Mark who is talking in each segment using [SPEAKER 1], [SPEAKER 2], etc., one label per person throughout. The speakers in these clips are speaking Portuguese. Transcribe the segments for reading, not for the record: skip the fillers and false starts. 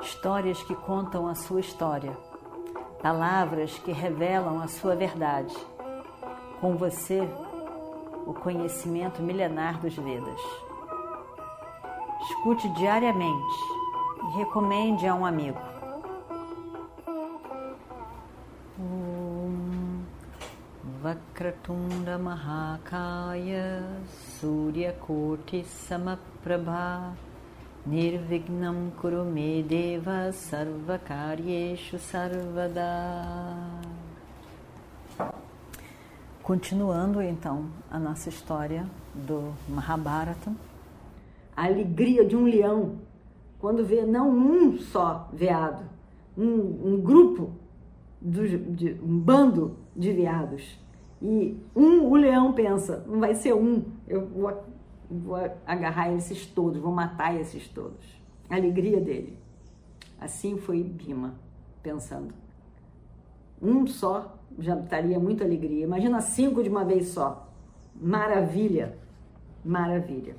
[SPEAKER 1] histórias que contam a sua história, palavras que revelam a sua verdade. Com você, o conhecimento milenar dos Vedas. Escute diariamente e recomende a um amigo. Vakratunda Mahakaya Suryakoti Samaprabha Nirvignam Kurume Deva Sarvakaryeshu Sarvada. Continuando então a nossa história do Mahabharata. A alegria de um leão quando vê não um só veado, um grupo, um bando de veados. E o leão pensa, não vai ser um, eu vou agarrar esses todos, vou matar esses todos. A alegria dele. Assim foi Bhima, pensando. Um só já daria muita alegria. Imagina 5 de uma vez só. Maravilha, maravilha.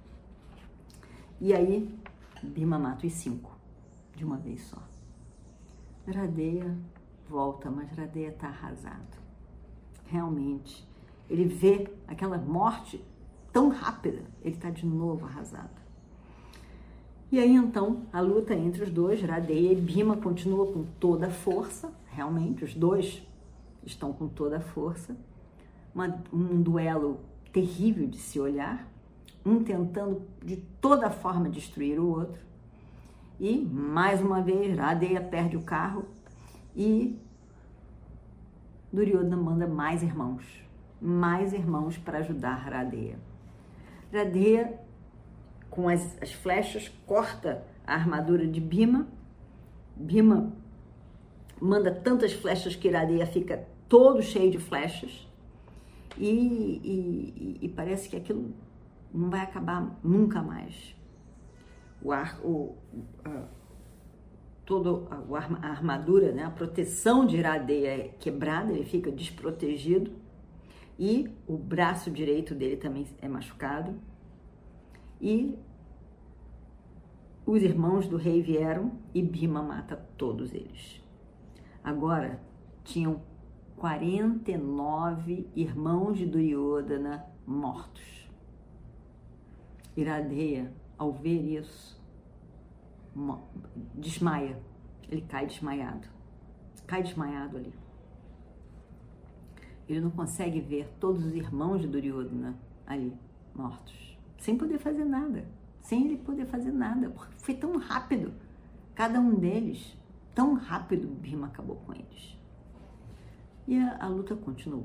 [SPEAKER 1] E aí, Bhima mata os 5 de uma vez só. Radeya volta, mas Radeya está arrasado. Realmente, ele vê aquela morte tão rápida, ele está de novo arrasado. E aí então, a luta entre os dois, Radeya e Bhima, continua com toda a força, realmente, os dois estão com toda a força. Um duelo terrível de se olhar, um tentando de toda forma destruir o outro. E, mais uma vez, Radeya perde o carro e Duryodhana manda mais irmãos para ajudar Radeya. Radeya, com as flechas, corta a armadura de Bhima. Bhima manda tantas flechas que Radeya fica todo cheio de flechas. E parece que aquilo não vai acabar nunca mais. Toda a armadura, né, a proteção de Radeya é quebrada, ele fica desprotegido. E o braço direito dele também é machucado. E os irmãos do rei vieram e Bhima mata todos eles. Agora tinham 49 irmãos de Duryodhana mortos. E Radeya, ao ver isso, desmaia. Ele cai desmaiado. Cai desmaiado ali. Ele não consegue ver todos os irmãos de Duryodhana ali, mortos. Sem poder fazer nada. Sem ele poder fazer nada. Porque foi tão rápido. Cada um deles, tão rápido, Bhima acabou com eles. E a luta continuou.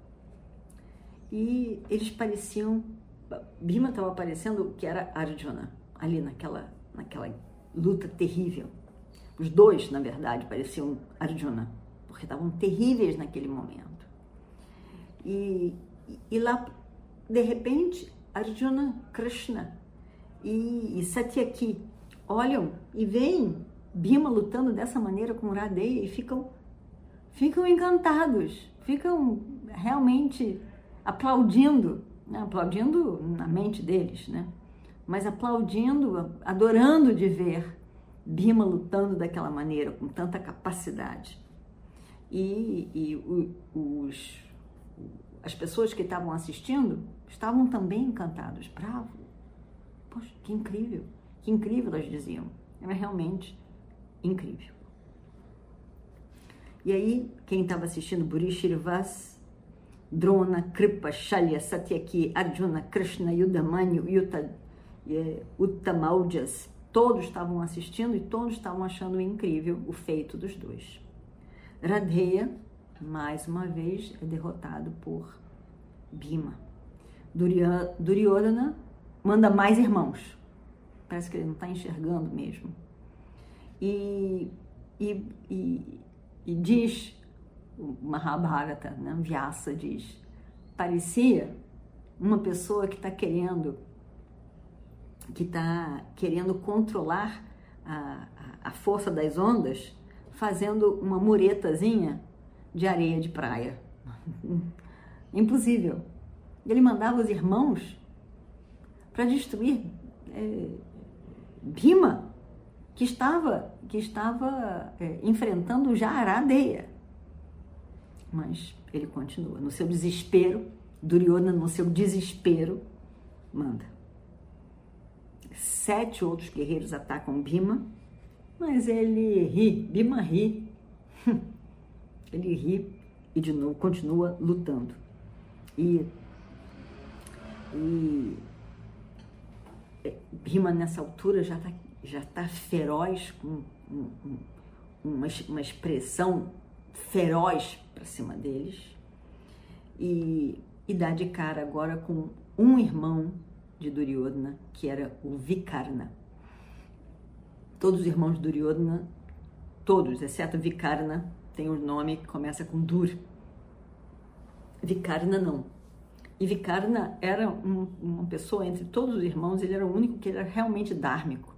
[SPEAKER 1] E eles pareciam... Bhima estava parecendo que era Arjuna. Ali naquela luta terrível. Os dois, na verdade, pareciam Arjuna. Porque estavam terríveis naquele momento. E lá, de repente, Arjuna, Krishna e Satyaki olham e veem Bhima lutando dessa maneira com Radeya e ficam encantados, ficam realmente aplaudindo, né? Aplaudindo na mente deles, né? Mas aplaudindo, adorando de ver Bhima lutando daquela maneira, com tanta capacidade. As pessoas que estavam assistindo estavam também encantados. Bravo! Poxa, que incrível! Que incrível, elas diziam. Era realmente incrível. E aí, quem estava assistindo, Burishirvas, Drona, Kripa, Shalya, Satyaki, Arjuna, Krishna, Yudamanyu, Uttamaujas, todos estavam assistindo e todos estavam achando incrível o feito dos dois. Radeya, mais uma vez, é derrotado por Bhima. Duryodhana manda mais irmãos. Parece que ele não está enxergando mesmo. E diz, o Mahabharata, né, Vyasa diz, parecia uma pessoa que está querendo controlar a força das ondas, fazendo uma muretazinha de areia de praia. Impossível. Ele mandava os irmãos para destruir Bhima estava enfrentando já Aradeya. Mas ele continua. No seu desespero, Duryodhana, no seu desespero, manda. 7 outros guerreiros atacam Bhima, mas ele ri, Bhima ri. Ele ri e de novo continua lutando. E Bhima nessa altura já tá feroz, com uma expressão feroz para cima deles, e dá de cara agora com um irmão de Duryodhana, que era o Vikarna. Todos os irmãos de Duryodhana, todos, exceto Vikarna, tem um nome que começa com Dur. Vikarna não. E Vikarna era uma pessoa, entre todos os irmãos, ele era o único que era realmente dármico.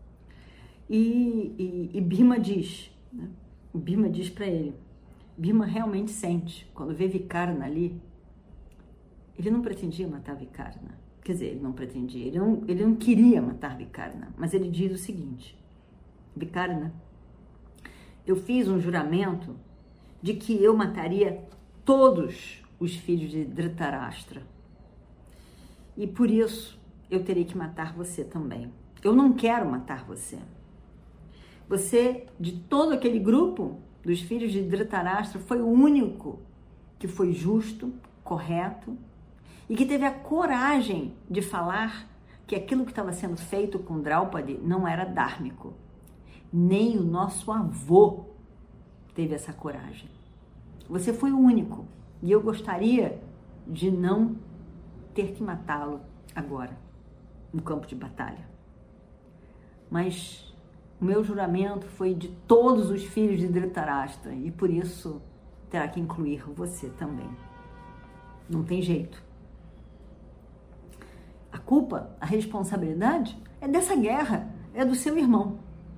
[SPEAKER 1] E Bhima diz, né? Bhima diz para ele, Bhima realmente sente, quando vê Vikarna ali, ele não pretendia matar Vikarna. Quer dizer, ele não pretendia, ele não queria matar Vikarna, mas ele diz o seguinte: Vikarna, eu fiz um juramento de que eu mataria todos os filhos de Dhritarashtra. E por isso eu terei que matar você também. Eu não quero matar você. Você, de todo aquele grupo dos filhos de Dhritarashtra, foi o único que foi justo, correto, e que teve a coragem de falar que aquilo que estava sendo feito com Draupadi não era dármico. Nem o nosso avô teve essa coragem. Você foi o único, e eu gostaria de não ter que matá-lo agora, no campo de batalha. Mas o meu juramento foi de todos os filhos de Dhritarashtra, e por isso terá que incluir você também. Não tem jeito. A culpa, a responsabilidade é dessa guerra, é do seu irmão.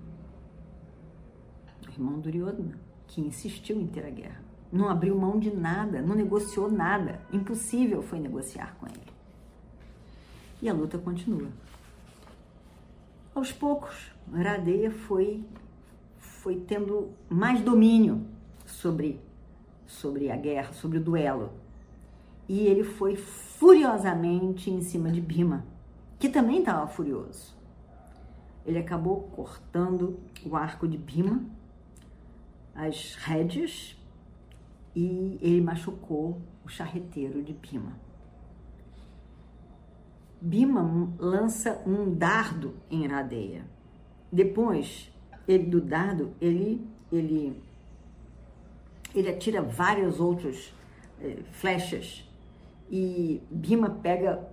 [SPEAKER 1] O irmão Duryodhana, que insistiu em ter a guerra. Não abriu mão de nada, não negociou nada. Impossível foi negociar com ele. E a luta continua. Aos poucos, Aradeya foi tendo mais domínio sobre a guerra, sobre o duelo. E ele foi furiosamente em cima de Bhima, que também estava furioso. Ele acabou cortando o arco de Bhima, as rédeas, e ele machucou o charreteiro de Bhima. Bhima lança um dardo em Aradeya. Depois do dardo, ele atira várias outras flechas, e Bhima pega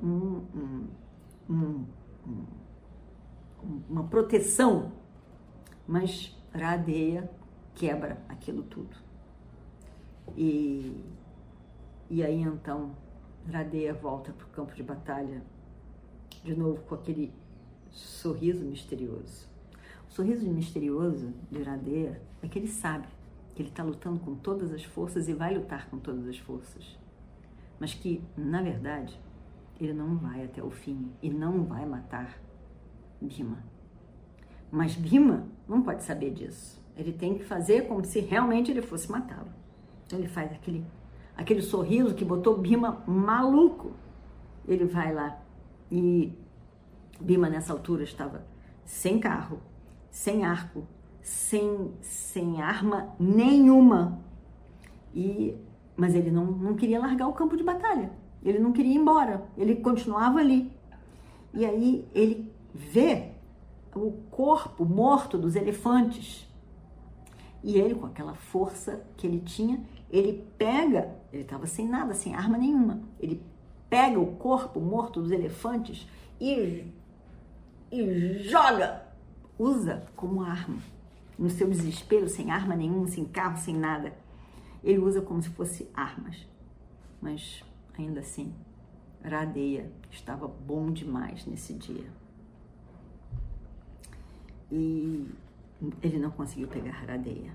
[SPEAKER 1] uma proteção, mas Aradeya quebra aquilo tudo. E aí então Aradeya volta para o campo de batalha de novo com aquele sorriso misterioso. O sorriso misterioso de Aradeya é que ele sabe que ele está lutando com todas as forças e vai lutar com todas as forças, mas que, na verdade, ele não vai até o fim e não vai matar Bhima. Mas Bhima não pode saber disso. Ele tem que fazer como se realmente ele fosse matá-lo. Então ele faz aquele sorriso que botou Bhima maluco. Ele vai lá e Bhima nessa altura estava sem carro, sem arco, sem arma nenhuma. Mas ele não queria largar o campo de batalha. Ele não queria ir embora. Ele continuava ali. E aí ele vê o corpo morto dos elefantes. E ele, com aquela força que ele tinha, ele estava sem nada, sem arma nenhuma. Ele pega o corpo morto dos elefantes e joga, usa como arma. No seu desespero, sem arma nenhuma, sem carro, sem nada. Ele usa como se fosse armas. Mas, ainda assim, Aradeya estava bom demais nesse dia. E ele não conseguiu pegar Aradeya.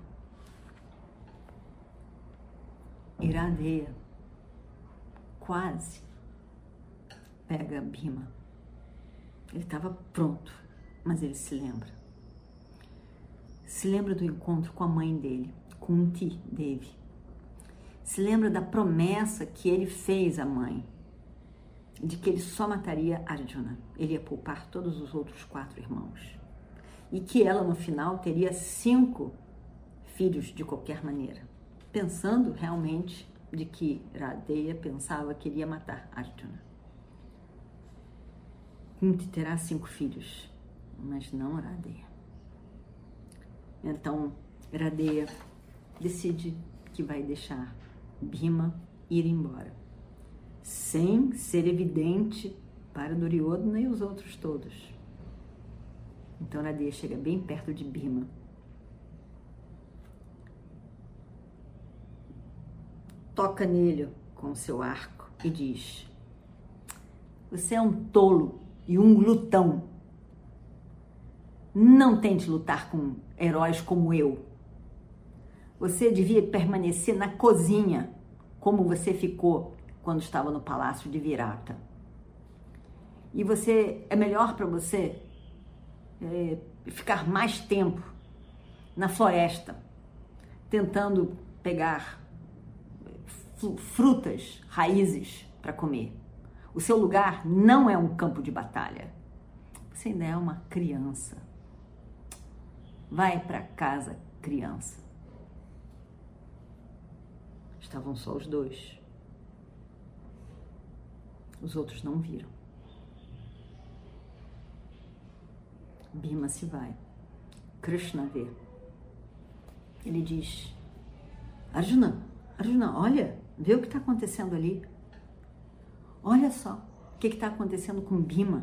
[SPEAKER 1] Aradeya quase pega Bhima. Ele estava pronto, mas ele se lembra. se lembra do encontro com a mãe dele, Kunti Devi. Se lembra da promessa que ele fez à mãe, de que ele só mataria Arjuna. Ele ia poupar todos os outros 4 irmãos. E que ela, no final, teria 5 filhos de qualquer maneira. Pensando realmente de que Radeya pensava que ele ia matar Arjuna. Kunti terá 5 filhos, mas não Radeya. Então, Radeya decide que vai deixar Bhima ir embora, sem ser evidente para Duryodhana e os outros todos. Então, Radeya chega bem perto de Bhima. Toca nele com seu arco e diz: você é um tolo e um glutão. Não tente lutar com heróis como eu. Você devia permanecer na cozinha, como você ficou quando estava no palácio de Virata. E é melhor para você ficar mais tempo na floresta, tentando pegar frutas, raízes para comer. O seu lugar não é um campo de batalha. Você ainda é uma criança. Vai para casa, criança. Estavam só os 2. Os outros não viram. Bhima se vai. Krishna vê. Ele diz: Arjuna, olha, vê o que está acontecendo ali. Olha só o que está acontecendo com Bhima.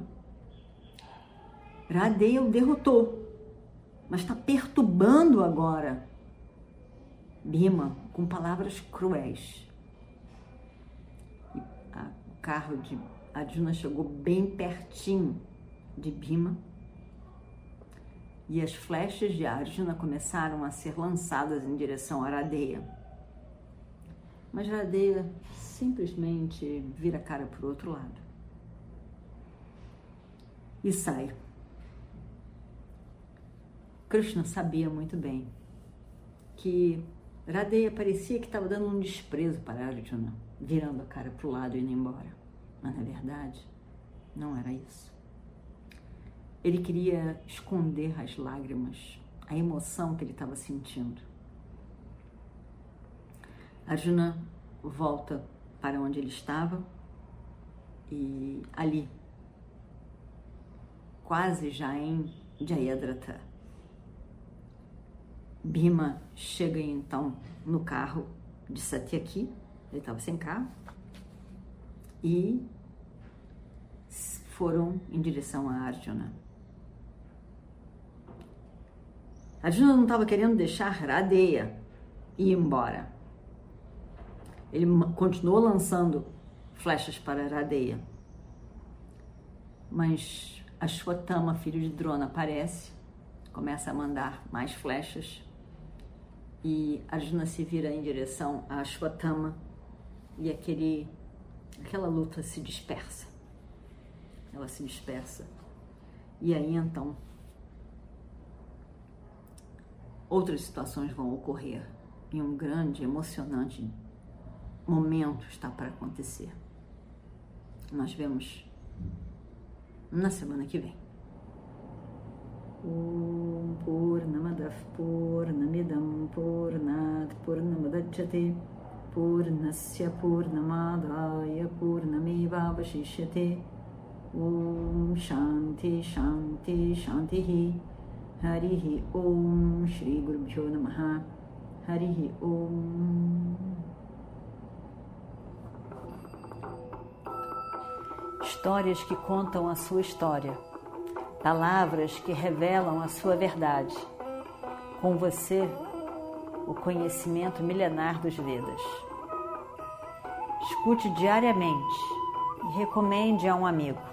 [SPEAKER 1] Radeya o derrotou, mas está perturbando agora Bhima com palavras cruéis. E o carro de Arjuna chegou bem pertinho de Bhima e as flechas de Arjuna começaram a ser lançadas em direção a Radeya. Mas Radeya simplesmente vira a cara para o outro lado e sai. Krishna sabia muito bem que Radeya parecia que estava dando um desprezo para Arjuna, virando a cara para o lado e indo embora. Mas, na verdade, não era isso. Ele queria esconder as lágrimas, a emoção que ele estava sentindo. Arjuna volta para onde ele estava e ali, quase já em Jayadratha, Bhima chega então no carro de Satyaki, ele estava sem carro, e foram em direção a Arjuna. Arjuna não estava querendo deixar Radeya ir embora. Ele continuou lançando flechas para Radeya. Mas Ashwatthama, filho de Drona, aparece, começa a mandar mais flechas e Arjuna se vira em direção a Ashwatthama e aquela luta se dispersa. Ela se dispersa. E aí então outras situações vão ocorrer e um grande, emocionante momento está para acontecer. Nós vemos na semana que vem. Om Purnamadav Purnamidam Purnat Purnamudachyate Purnasya Purnamadaya Purnamevavashishyate. Om Shanti Shanti Shantihi. Harihi Om Shri Gurubhyo Namaha. Harihi Om. Histórias que contam a sua história. Palavras que revelam a sua verdade. Com você, o conhecimento milenar dos Vedas. Escute diariamente e recomende a um amigo.